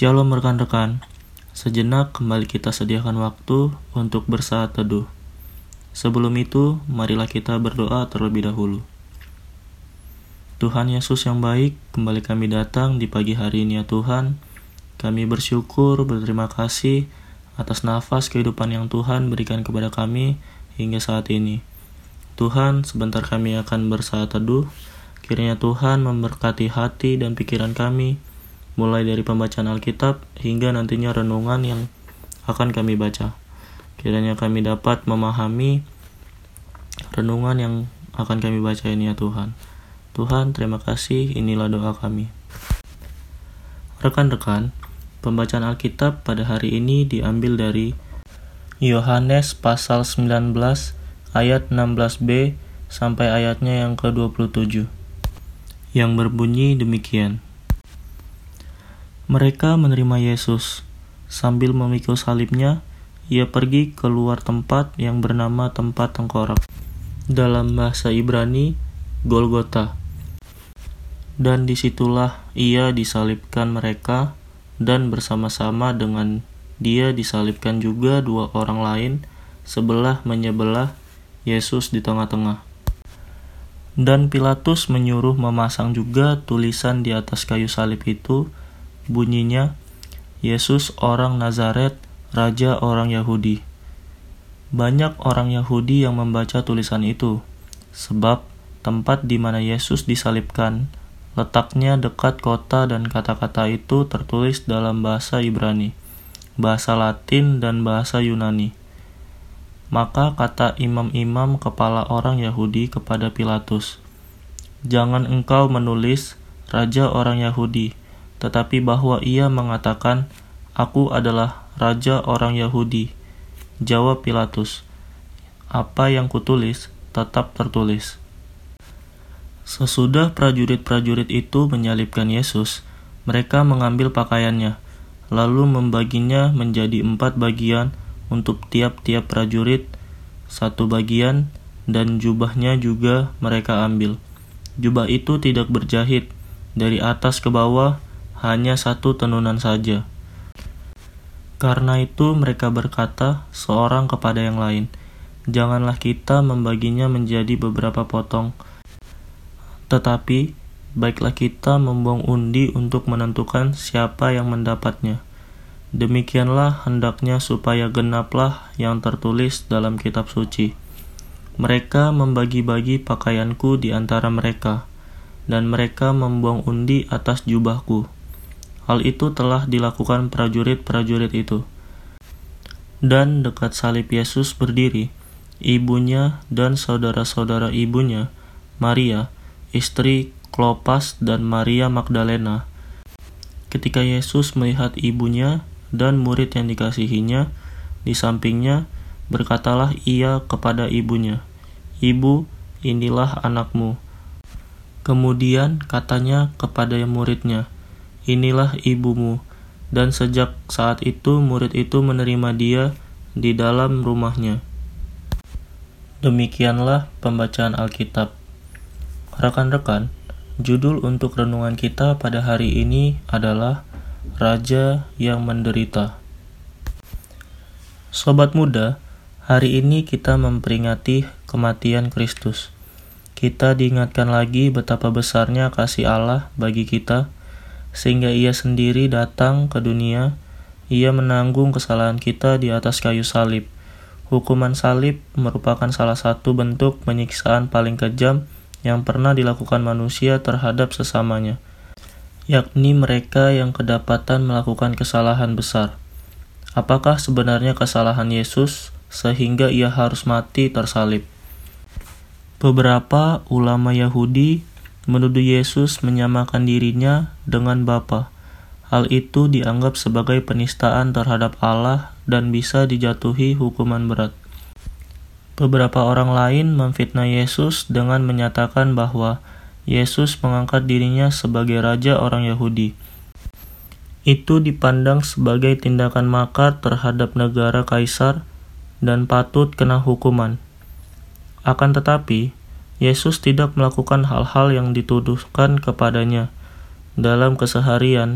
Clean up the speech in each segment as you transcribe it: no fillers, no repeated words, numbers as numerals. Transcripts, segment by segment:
Shalom rekan-rekan, sejenak kembali kita sediakan waktu untuk bersaat teduh. Sebelum itu, marilah kita berdoa terlebih dahulu. Tuhan Yesus yang baik, kembali kami datang di pagi hari ini ya Tuhan. Kami bersyukur, berterima kasih atas nafas kehidupan yang Tuhan berikan kepada kami hingga saat ini. Tuhan, sebentar kami akan bersaat teduh. Kiranya Tuhan memberkati hati dan pikiran kami, mulai dari pembacaan Alkitab hingga nantinya renungan yang akan kami baca. Kiranya kami dapat memahami renungan yang akan kami baca ini ya Tuhan. Tuhan, terima kasih, inilah doa kami. Rekan-rekan, pembacaan Alkitab pada hari ini diambil dari Yohanes pasal 19 ayat 16b sampai ayatnya yang ke-27, yang berbunyi demikian. Mereka menerima Yesus. Sambil memikul salibnya, ia pergi keluar tempat yang bernama tempat tengkorak. Dalam bahasa Ibrani, Golgota. Dan disitulah ia disalibkan mereka, dan bersama-sama dengan dia disalibkan juga dua orang lain, sebelah menyebelah Yesus di tengah-tengah. Dan Pilatus menyuruh memasang juga tulisan di atas kayu salib itu, bunyinya, Yesus orang Nazaret, Raja orang Yahudi. Banyak orang Yahudi yang membaca tulisan itu, sebab tempat di mana Yesus disalibkan letaknya dekat kota dan kata-kata itu tertulis dalam bahasa Ibrani, bahasa Latin dan bahasa Yunani. Maka kata imam-imam kepala orang Yahudi kepada Pilatus, "Jangan engkau menulis Raja orang Yahudi, tetapi bahwa ia mengatakan, 'Aku adalah Raja orang Yahudi.'" Jawab Pilatus, "Apa yang kutulis tetap tertulis." Sesudah prajurit-prajurit itu menyalibkan Yesus, mereka mengambil pakaiannya, lalu membaginya menjadi 4 bagian untuk tiap-tiap prajurit, 1 bagian, dan jubahnya juga mereka ambil. Jubah itu tidak berjahit, dari atas ke bawah, hanya 1 tenunan saja. Karena itu mereka berkata seorang kepada yang lain, "Janganlah kita membaginya menjadi beberapa potong, tetapi baiklah kita membuang undi untuk menentukan siapa yang mendapatnya. Demikianlah hendaknya supaya genaplah yang tertulis dalam kitab suci. Mereka membagi-bagi pakaianku di antara mereka, dan mereka membuang undi atas jubahku." Hal itu telah dilakukan prajurit-prajurit itu. Dan dekat salib Yesus berdiri ibunya dan saudara-saudara ibunya, Maria, istri Klopas dan Maria Magdalena. Ketika Yesus melihat ibunya dan murid yang dikasihinya di sampingnya, berkatalah ia kepada ibunya, "Ibu, inilah anakmu." Kemudian katanya kepada muridnya, "Inilah ibumu." Dan sejak saat itu murid itu menerima dia di dalam rumahnya. Demikianlah pembacaan Alkitab. Rekan-rekan, judul untuk renungan kita pada hari ini adalah Raja yang Menderita. Sobat muda, hari ini kita memperingati kematian Kristus. Kita diingatkan lagi betapa besarnya kasih Allah bagi kita, sehingga ia sendiri datang ke dunia. Ia menanggung kesalahan kita di atas kayu salib. Hukuman salib merupakan salah satu bentuk penyiksaan paling kejam yang pernah dilakukan manusia terhadap sesamanya, yakni mereka yang kedapatan melakukan kesalahan besar. Apakah sebenarnya kesalahan Yesus sehingga ia harus mati tersalib? Beberapa ulama Yahudi menuduh Yesus menyamakan dirinya dengan Bapa. Hal itu dianggap sebagai penistaan terhadap Allah dan bisa dijatuhi hukuman berat. Beberapa orang lain memfitnah Yesus dengan menyatakan bahwa Yesus mengangkat dirinya sebagai Raja orang Yahudi. Itu dipandang sebagai tindakan makar terhadap negara Kaisar dan patut kena hukuman. Akan tetapi, Yesus tidak melakukan hal-hal yang dituduhkan kepadanya. Dalam keseharian,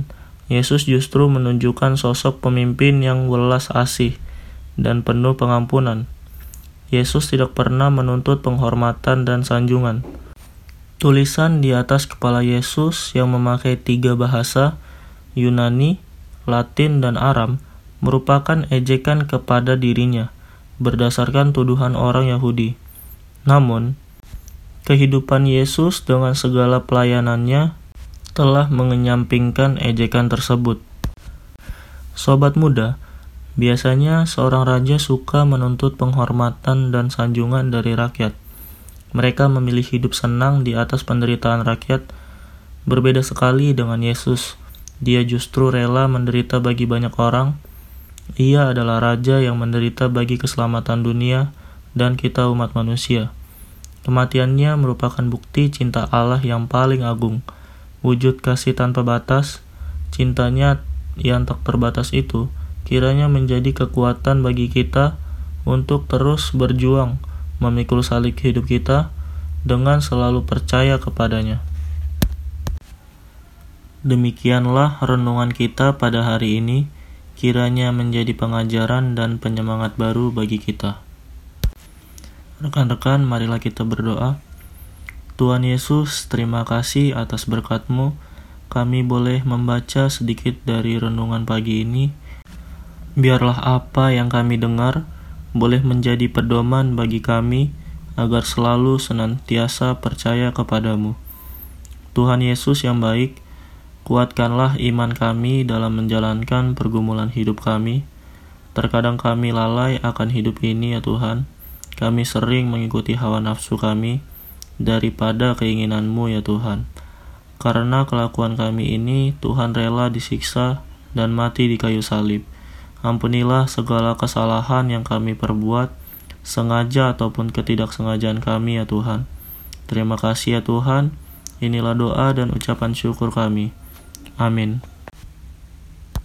Yesus justru menunjukkan sosok pemimpin yang welas asih dan penuh pengampunan. Yesus tidak pernah menuntut penghormatan dan sanjungan. Tulisan di atas kepala Yesus yang memakai 3 bahasa, Yunani, Latin, dan Aram, merupakan ejekan kepada dirinya, berdasarkan tuduhan orang Yahudi. Namun, kehidupan Yesus dengan segala pelayanannya telah mengenyampingkan ejekan tersebut. Sobat muda, biasanya seorang raja suka menuntut penghormatan dan sanjungan dari rakyat. Mereka memilih hidup senang di atas penderitaan rakyat. Berbeda sekali dengan Yesus. Dia justru rela menderita bagi banyak orang. Ia adalah raja yang menderita bagi keselamatan dunia dan kita umat manusia. Kematiannya merupakan bukti cinta Allah yang paling agung. Wujud kasih tanpa batas, cintanya yang tak terbatas itu kiranya menjadi kekuatan bagi kita untuk terus berjuang memikul salib hidup kita dengan selalu percaya kepadanya. Demikianlah renungan kita pada hari ini, kiranya menjadi pengajaran dan penyemangat baru bagi kita. Rekan-rekan, marilah kita berdoa. Tuhan Yesus, terima kasih atas berkat-Mu. Kami boleh membaca sedikit dari renungan pagi ini. Biarlah apa yang kami dengar boleh menjadi pedoman bagi kami agar selalu senantiasa percaya kepada-Mu. Tuhan Yesus yang baik, kuatkanlah iman kami dalam menjalankan pergumulan hidup kami. Terkadang kami lalai akan hidup ini ya Tuhan. Kami sering mengikuti hawa nafsu kami daripada keinginan-Mu ya Tuhan. Karena kelakuan kami ini, Tuhan rela disiksa dan mati di kayu salib. Ampunilah segala kesalahan yang kami perbuat, sengaja ataupun ketidaksengajaan kami ya Tuhan. Terima kasih ya Tuhan. Inilah doa dan ucapan syukur kami. Amin.